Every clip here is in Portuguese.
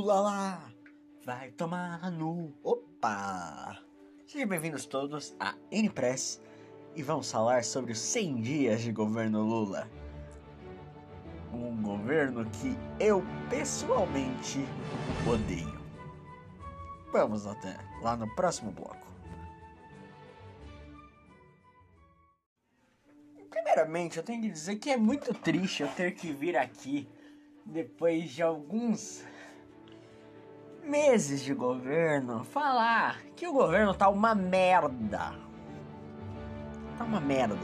Lula lá vai tomar no... Opa! Sejam bem-vindos todos à N-Press e vamos falar sobre os 100 dias de governo Lula. Um governo que eu pessoalmente odeio. Vamos até lá no próximo bloco. Primeiramente, eu tenho que dizer que é muito triste eu ter que vir aqui depois de alguns meses de governo falar que o governo tá uma merda. Tá uma merda.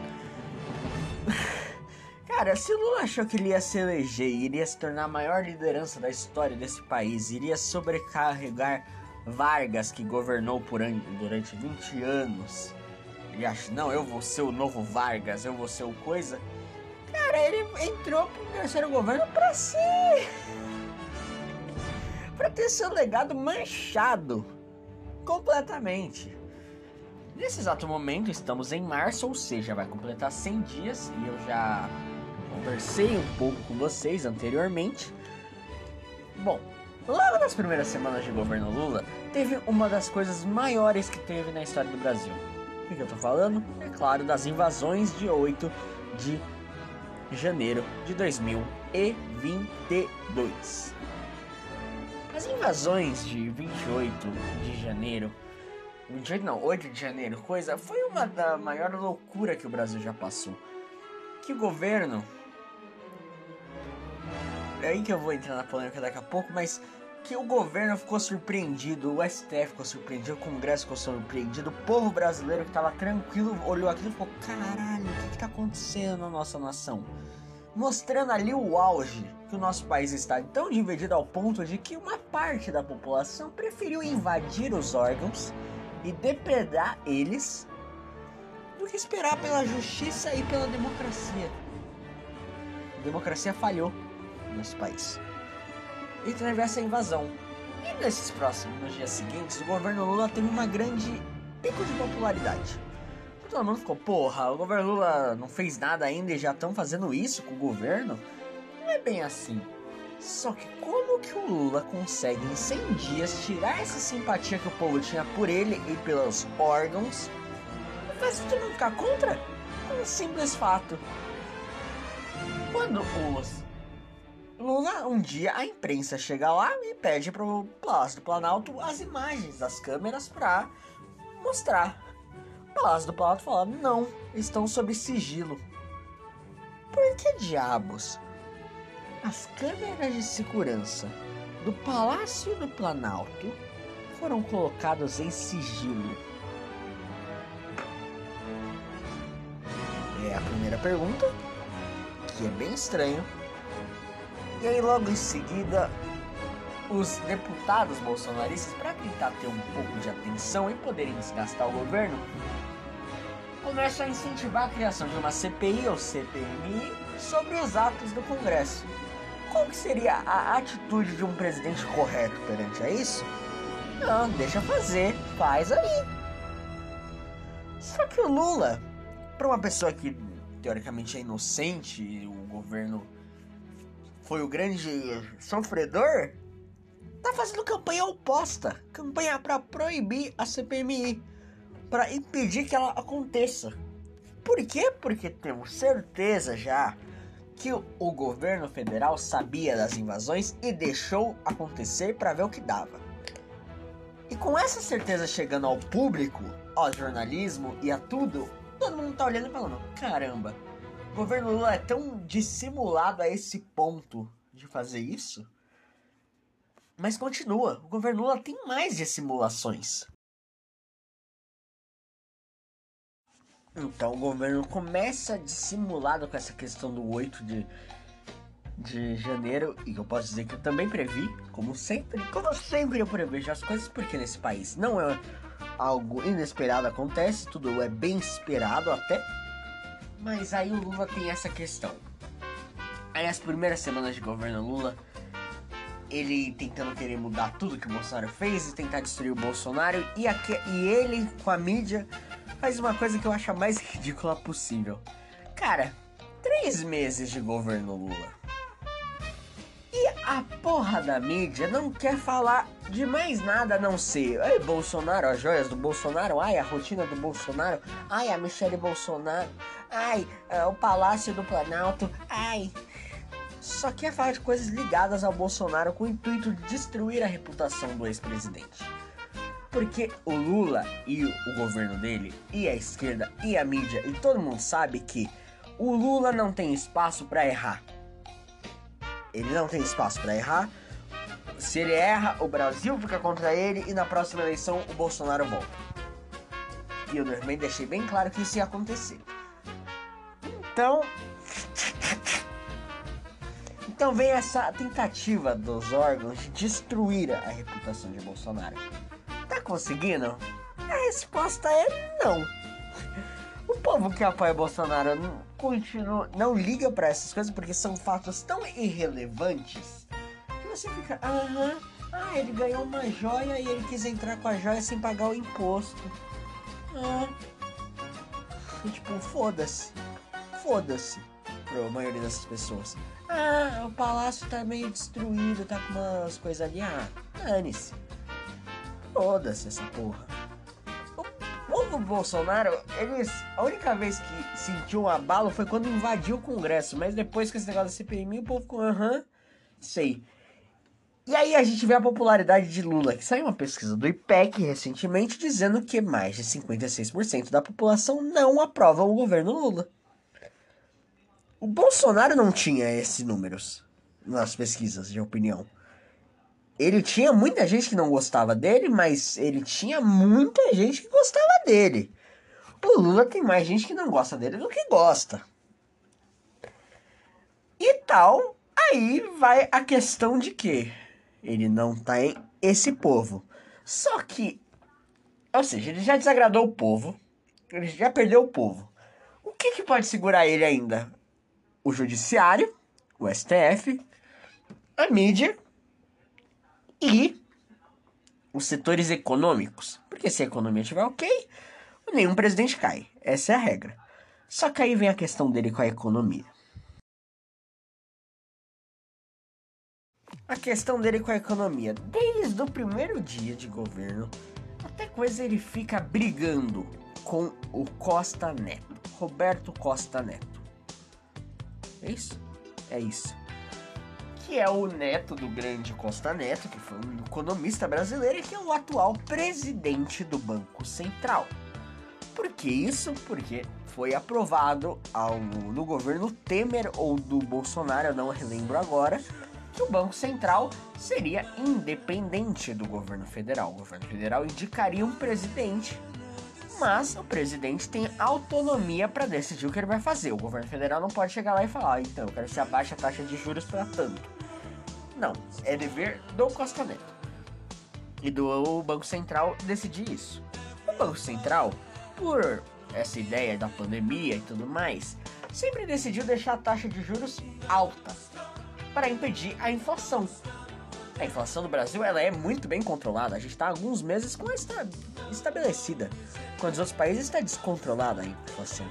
Cara, se o Lula achou que ele ia se eleger e iria se tornar a maior liderança da história desse país, iria sobrecarregar Vargas, que governou durante 20 anos, ele acha, não, eu vou ser o novo Vargas, eu vou ser o coisa. Cara, ele entrou pro terceiro governo pra ter seu legado manchado completamente. Nesse exato momento estamos em março, ou seja, vai completar 100 dias e eu já conversei um pouco com vocês anteriormente. Bom, logo nas primeiras semanas de governo Lula, teve uma das coisas maiores que teve na história do Brasil. O que eu tô falando? É claro, das invasões de 8 de janeiro de 2022. As invasões de 28 de janeiro, 28 não, 8 de janeiro, foi uma da maior loucura que o Brasil já passou. Que o governo, é aí que eu vou entrar na polêmica daqui a pouco, mas que o governo ficou surpreendido, o STF ficou surpreendido, o Congresso ficou surpreendido, o povo brasileiro que tava tranquilo olhou aquilo e falou, caralho, o que tá acontecendo na nossa nação? Mostrando ali o auge que o nosso país está tão dividido ao ponto de que uma parte da população preferiu invadir os órgãos e depredar eles do que esperar pela justiça e pela democracia. A democracia falhou no nosso país. E teve essa invasão. E nos dias seguintes, o governo Lula teve uma grande pico de popularidade. Todo mundo ficou, porra, o governo Lula não fez nada ainda e já estão fazendo isso com o governo? Não é bem assim. Só que como que o Lula consegue em 100 dias tirar essa simpatia que o povo tinha por ele e pelos órgãos e fazer todo mundo ficar contra? Um simples fato. Quando Lula, um dia a imprensa chega lá e pede pro Palácio do Planalto as imagens das câmeras pra mostrar. O Palácio do Planalto fala, não, estão sob sigilo. Por que diabos as câmeras de segurança do Palácio do Planalto foram colocadas em sigilo? É a primeira pergunta, que é bem estranho. E aí logo em seguida, os deputados bolsonaristas, para tentar ter um pouco de atenção e poderem desgastar o governo, começam a incentivar a criação de uma CPI ou CPMI sobre os atos do Congresso. Qual que seria a atitude de um presidente correto perante a isso? Não, deixa fazer, faz aí. Só que o Lula, para uma pessoa que teoricamente é inocente e o governo foi o grande sofredor, tá fazendo campanha oposta, campanha para proibir a CPMI, para impedir que ela aconteça. Por quê? Porque temos certeza já que o governo federal sabia das invasões e deixou acontecer para ver o que dava. E com essa certeza chegando ao público, ao jornalismo e a tudo, todo mundo tá olhando e falando, caramba, o governo Lula é tão dissimulado a esse ponto de fazer isso? Mas continua, o governo Lula tem mais dissimulações. Então o governo começa dissimulado com essa questão do 8 de janeiro. E eu posso dizer que eu também previ, como sempre eu prevejo as coisas, porque nesse país não é algo inesperado acontece, tudo é bem esperado até. Mas aí o Lula tem essa questão. Aí as primeiras semanas de governo Lula, ele tentando querer mudar tudo que o Bolsonaro fez e tentar destruir o Bolsonaro. E ele, com a mídia, faz uma coisa que eu acho a mais ridícula possível. Cara, 3 meses de governo Lula. E a porra da mídia não quer falar de mais nada a não ser ai, Bolsonaro, as joias do Bolsonaro, ai, a rotina do Bolsonaro, ai, a Michelle Bolsonaro, ai, o Palácio do Planalto, ai. Só quer falar de coisas ligadas ao Bolsonaro com o intuito de destruir a reputação do ex-presidente. Porque o Lula e o governo dele, e a esquerda, e a mídia, e todo mundo sabe que o Lula não tem espaço pra errar. Ele não tem espaço pra errar. Se ele erra, o Brasil fica contra ele e na próxima eleição o Bolsonaro volta. E eu também deixei bem claro que isso ia acontecer. Então vem essa tentativa dos órgãos de destruir a reputação de Bolsonaro. Tá conseguindo? A resposta é não. O povo que apoia Bolsonaro não liga pra essas coisas porque são fatos tão irrelevantes que você fica, ele ganhou uma joia e ele quis entrar com a joia sem pagar o imposto. E, tipo, foda-se pra maioria dessas pessoas. O palácio tá meio destruído, tá com umas coisas ali. Dane-se. Foda-se essa porra. O povo Bolsonaro, a única vez que sentiu um abalo foi quando invadiu o Congresso. Mas depois que esse negócio da CPMI, o povo ficou, sei. E aí a gente vê a popularidade de Lula, que saiu uma pesquisa do IPEC recentemente dizendo que mais de 56% da população não aprova o governo Lula. O Bolsonaro não tinha esses números nas pesquisas de opinião. Ele tinha muita gente que não gostava dele, mas ele tinha muita gente que gostava dele. O Lula tem mais gente que não gosta dele do que gosta. E tal, aí vai a questão de que ele não tem esse povo. Só que, ou seja, ele já desagradou o povo, ele já perdeu o povo. O que pode segurar ele ainda? O judiciário, o STF, a mídia e os setores econômicos. Porque se a economia estiver ok, nenhum presidente cai. Essa é a regra. Só que aí vem a questão dele com a economia. A questão dele com a economia. Desde o primeiro dia de governo, até coisa ele fica brigando com o Costa Neto. Roberto Costa Neto. É isso? É isso. Que é o neto do grande Costa Neto, que foi um economista brasileiro e que é o atual presidente do Banco Central. Por que isso? Porque foi aprovado no governo Temer ou do Bolsonaro, eu não relembro agora, que o Banco Central seria independente do governo federal. O governo federal indicaria um presidente, mas o presidente tem autonomia para decidir o que ele vai fazer. O governo federal não pode chegar lá e falar, então, eu quero que você abaixe a taxa de juros para tanto. Não, é dever do Costa Neto e do Banco Central decidir isso. O Banco Central, por essa ideia da pandemia e tudo mais, sempre decidiu deixar a taxa de juros alta para impedir a inflação. A inflação no Brasil ela é muito bem controlada. A gente está há alguns meses com ela estabelecida. Quando os outros países está descontrolada a inflação.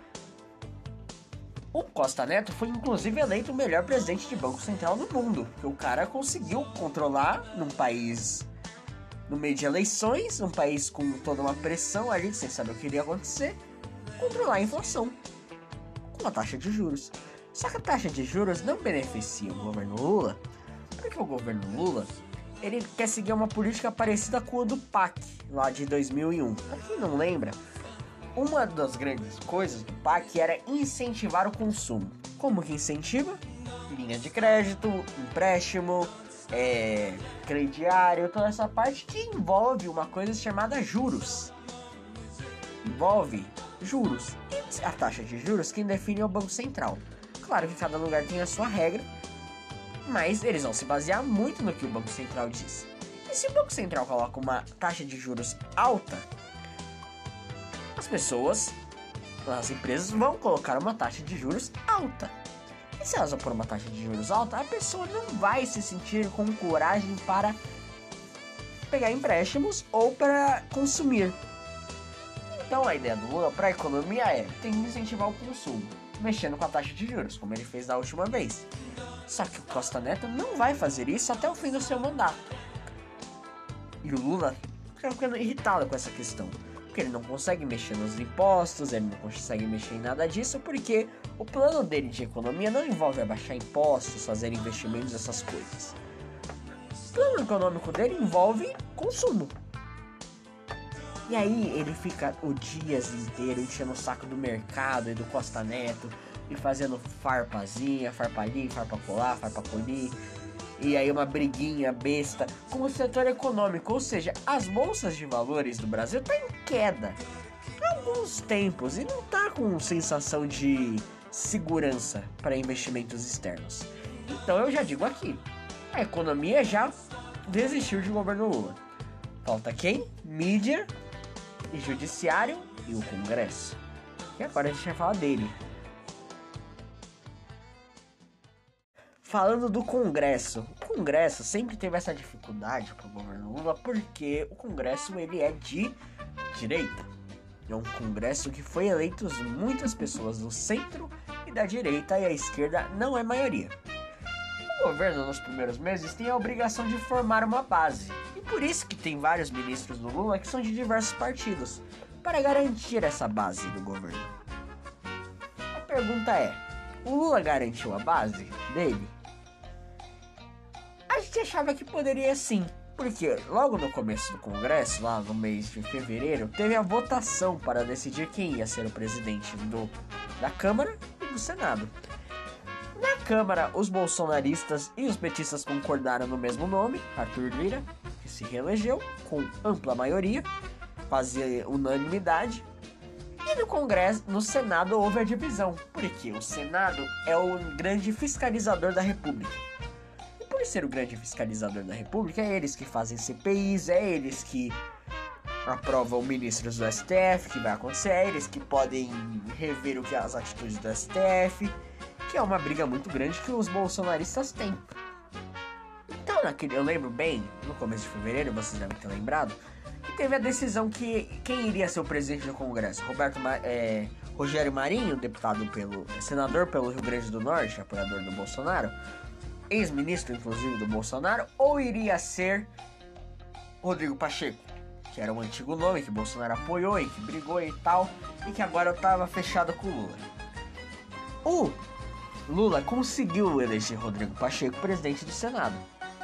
O Costa Neto foi inclusive eleito o melhor presidente de Banco Central do mundo. Porque o cara conseguiu controlar num país no meio de eleições, num país com toda uma pressão ali, sem saber o que iria acontecer, controlar a inflação com a taxa de juros. Só que a taxa de juros não beneficia o governo Lula, porque o governo Lula, ele quer seguir uma política parecida com a do PAC, lá de 2001. Pra quem não lembra, uma das grandes coisas do PAC era incentivar o consumo. Como que incentiva? Linha de crédito, empréstimo, crediário, toda essa parte que envolve uma coisa chamada juros. Envolve juros. E a taxa de juros quem define é o Banco Central. Claro que cada lugar tem a sua regra, mas eles vão se basear muito no que o Banco Central diz. E se o Banco Central coloca uma taxa de juros alta, as pessoas, as empresas vão colocar uma taxa de juros alta. E se elas vão pôr uma taxa de juros alta, a pessoa não vai se sentir com coragem para pegar empréstimos ou para consumir. Então a ideia do Lula para a economia tem que incentivar o consumo, mexendo com a taxa de juros, como ele fez da última vez. Só que o Costa Neto não vai fazer isso até o fim do seu mandato. E o Lula fica ficando irritado com essa questão. Porque ele não consegue mexer nos impostos, ele não consegue mexer em nada disso, porque o plano dele de economia não envolve abaixar impostos, fazer investimentos, essas coisas. O plano econômico dele envolve consumo. E aí ele fica o dias inteiro enchendo o saco do mercado e do Costa Neto, e fazendo farpazinha, farpa ali, farpa colar, farpa colir. E aí uma briguinha besta com o setor econômico, ou seja, as bolsas de valores do Brasil tá em queda há alguns tempos e não tá com sensação de segurança para investimentos externos. Então eu já digo aqui, a economia já desistiu de governo Lula. Falta quem? Mídia e judiciário e o Congresso. E agora a gente vai falar dele. Falando do Congresso, o Congresso sempre teve essa dificuldade pro governo Lula porque o Congresso ele é de direita. É um Congresso que foi eleitos muitas pessoas do centro e da direita e a esquerda não é maioria. O governo nos primeiros meses tem a obrigação de formar uma base e por isso que tem vários ministros do Lula que são de diversos partidos para garantir essa base do governo. A pergunta é, o Lula garantiu a base dele? A gente achava que poderia sim, porque logo no começo do Congresso, lá no mês de fevereiro, teve a votação para decidir quem ia ser o presidente da Câmara e do Senado. Na Câmara, os bolsonaristas e os petistas concordaram no mesmo nome, Arthur Lira, que se reelegeu com ampla maioria, quase unanimidade. E no Congresso, no Senado, houve a divisão, porque o Senado é o grande fiscalizador da República. E por ser o grande fiscalizador da República, é eles que fazem CPIs, é eles que aprovam ministros do STF, que vai acontecer, é eles que podem rever as atitudes do STF, que é uma briga muito grande que os bolsonaristas têm. Então, eu lembro bem, no começo de fevereiro, vocês devem ter lembrado, que teve a decisão que quem iria ser o presidente do Congresso, Rogério Marinho, senador pelo Rio Grande do Norte, apoiador do Bolsonaro, ex-ministro inclusive do Bolsonaro, ou iria ser Rodrigo Pacheco, que era um antigo nome que Bolsonaro apoiou e que brigou e tal, e que agora estava fechado com o Lula. O Lula conseguiu eleger Rodrigo Pacheco presidente do Senado.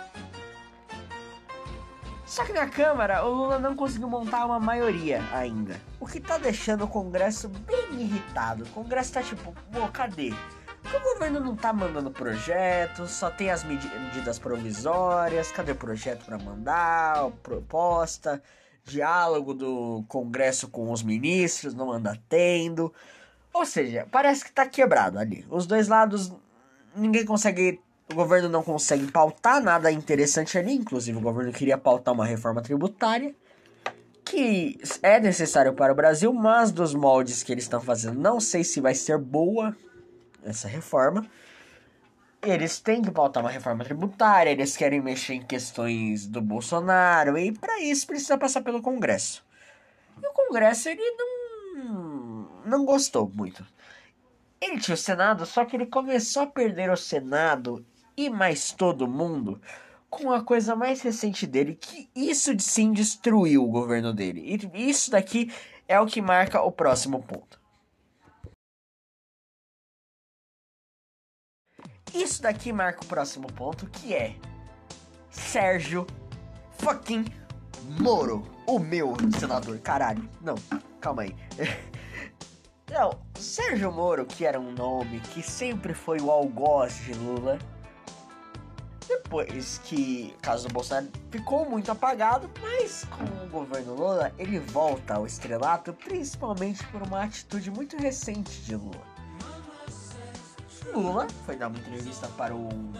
Só que na Câmara, o Lula não conseguiu montar uma maioria ainda. O que tá deixando o Congresso bem irritado. O Congresso tá tipo, pô, cadê? Porque o governo não tá mandando projetos, só tem as medidas provisórias. Cadê o projeto pra mandar, proposta, diálogo do Congresso com os ministros, não anda tendo. Ou seja, parece que tá quebrado ali. Os dois lados, o governo não consegue pautar nada interessante ali. Inclusive o governo queria pautar uma reforma tributária, que é necessário para o Brasil, mas dos moldes que eles estão fazendo, não sei se vai ser boa essa reforma. Eles têm que pautar uma reforma tributária, eles querem mexer em questões do Bolsonaro, e para isso precisa passar pelo Congresso. E o Congresso, ele não gostou muito. Ele tinha o Senado, só que ele começou a perder o Senado e mais todo mundo com a coisa mais recente dele, que isso sim destruiu o governo dele. E isso daqui é o que marca o próximo ponto. Isso daqui marca o próximo ponto, que é Sérgio fucking Moro, o meu senador, caralho. Não, calma aí. Não, Sérgio Moro, que era um nome que sempre foi o algoz de Lula, depois que o caso do Bolsonaro ficou muito apagado, mas com o governo Lula ele volta ao estrelato, principalmente por uma atitude muito recente de Lula. Lula foi dar uma entrevista para um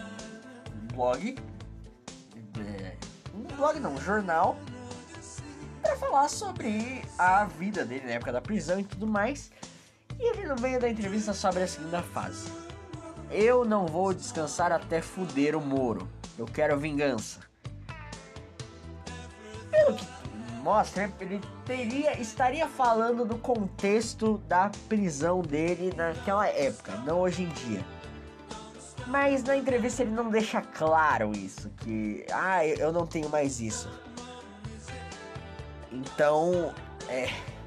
jornal, para falar sobre a vida dele na época da prisão e tudo mais. E ele no meio da entrevista sobre a segunda fase: eu não vou descansar até fuder o Moro, eu quero vingança. Pelo que mostra, ele estaria falando do contexto da prisão dele naquela época, não hoje em dia. Mas na entrevista ele não deixa claro isso, que eu não tenho mais isso. Então, é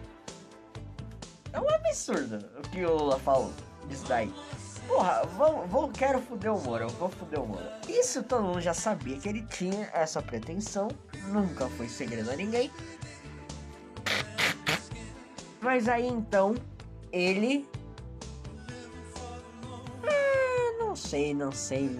um absurdo o que o Lula falou disso daí. Porra, quero foder o Moro, vou foder o Moro. Isso todo mundo já sabia que ele tinha essa pretensão, nunca foi segredo a ninguém. Mas aí então, ele... Não sei.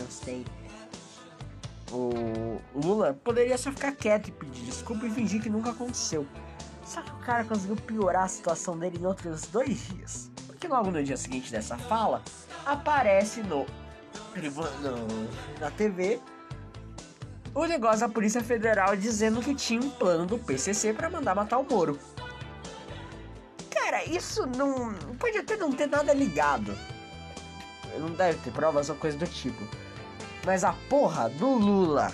O Lula poderia só ficar quieto e pedir desculpa e fingir que nunca aconteceu. Só que o cara conseguiu piorar a situação dele em outros 2 dias. Porque logo no dia seguinte dessa fala, aparece na TV o negócio da Polícia Federal dizendo que tinha um plano do PCC pra mandar matar o Moro. Cara, isso não... Pode até não ter nada ligado. Não deve ter provas ou coisa do tipo. Mas a porra do Lula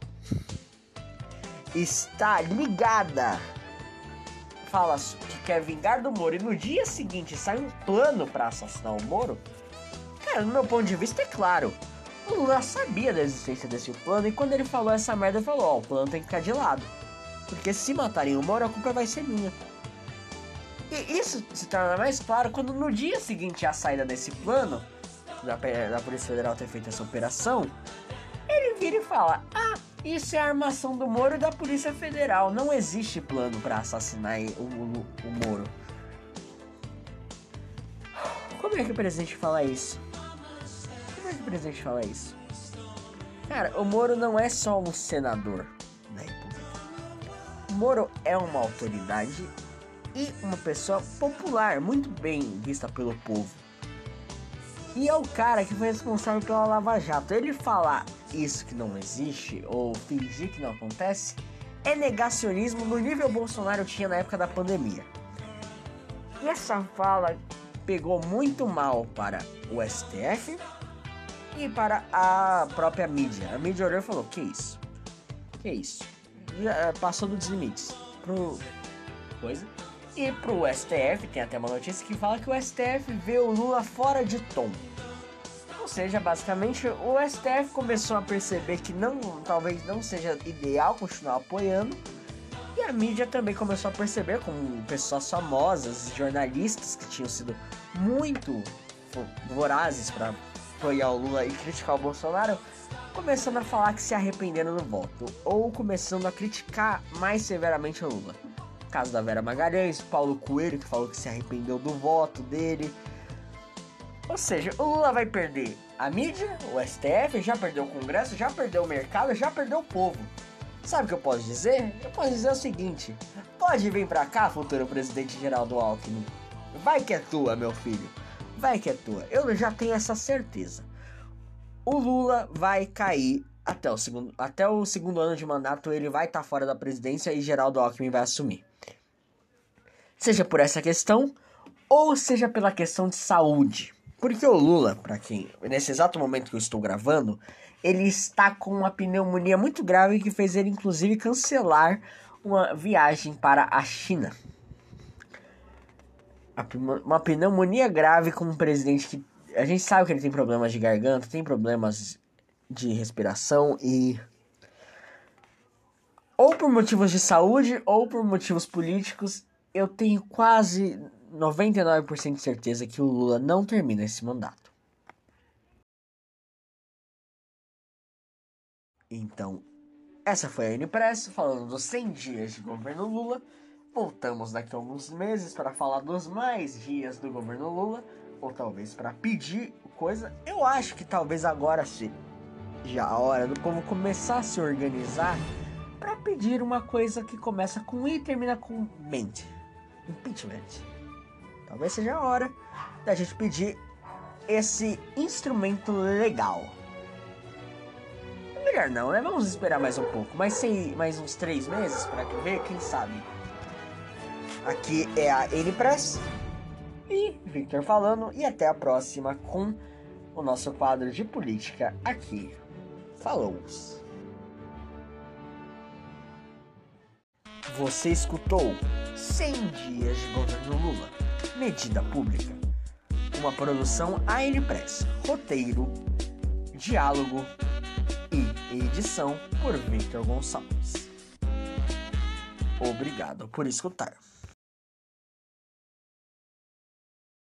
está ligada. Fala que quer vingar do Moro e no dia seguinte sai um plano pra assassinar o Moro. Cara, no meu ponto de vista é claro. O Lula sabia da existência desse plano e quando ele falou essa merda, ele falou, o plano tem que ficar de lado. Porque se matarem o Moro, a culpa vai ser minha. E isso se torna mais claro quando no dia seguinte à saída desse plano, da Polícia Federal ter feito essa operação, ele vira e fala, isso é a armação do Moro e da Polícia Federal, não existe plano pra assassinar o Moro. Como é que o presidente fala isso? Cara, o Moro não é só um senador da República. O Moro é uma autoridade e uma pessoa popular, muito bem vista pelo povo. E é o cara que foi responsável pela Lava Jato. Ele falar isso que não existe, ou fingir que não acontece, é negacionismo no nível Bolsonaro tinha na época da pandemia. E essa fala pegou muito mal para o STF e para a própria mídia. A mídia olhou e falou, que isso? Já passou dos limites. E pro STF, tem até uma notícia que fala que o STF vê o Lula fora de tom. Ou seja, basicamente, o STF começou a perceber que talvez não seja ideal continuar apoiando. E a mídia também começou a perceber, como pessoas famosas, jornalistas que tinham sido muito vorazes para apoiar o Lula e criticar o Bolsonaro, começando a falar que se arrependeram do voto, ou começando a criticar mais severamente o Lula. Caso da Vera Magalhães, Paulo Coelho, que falou que se arrependeu do voto dele. Ou seja, o Lula vai perder a mídia, o STF, já perdeu o Congresso, já perdeu o mercado, já perdeu o povo. Sabe o que eu posso dizer? Eu posso dizer o seguinte, pode vir pra cá, futuro presidente Geraldo Alckmin. Vai que é tua, meu filho. Vai que é tua. Eu já tenho essa certeza. O Lula vai cair até o segundo ano de mandato, ele vai estar fora da presidência e Geraldo Alckmin vai assumir. Seja por essa questão, ou seja pela questão de saúde. Porque o Lula, nesse exato momento que eu estou gravando, ele está com uma pneumonia muito grave que fez ele, inclusive, cancelar uma viagem para a China. Uma pneumonia grave com um presidente que... A gente sabe que ele tem problemas de garganta, tem problemas de respiração e... Ou por motivos de saúde, ou por motivos políticos, eu tenho quase 99% de certeza que o Lula não termina esse mandato. Então, essa foi a Unipress falando dos 100 dias de governo Lula. Voltamos daqui a alguns meses para falar dos mais dias do governo Lula, ou talvez para pedir coisa. Eu acho que talvez agora seja a hora do povo começar a se organizar para pedir uma coisa que começa com I e termina com ment. Impeachment. Talvez seja a hora da gente pedir esse instrumento legal. Melhor não, né? Vamos esperar mais um pouco. Mais uns 3 meses para ver, quem sabe. Aqui é a Unipress e Victor falando. E até a próxima com o nosso quadro de política aqui. Falou! Você escutou 100 dias de governo Lula, medida pública. Uma produção ANPress. Roteiro diálogo e edição por Victor Gonçalves. Obrigado por escutar.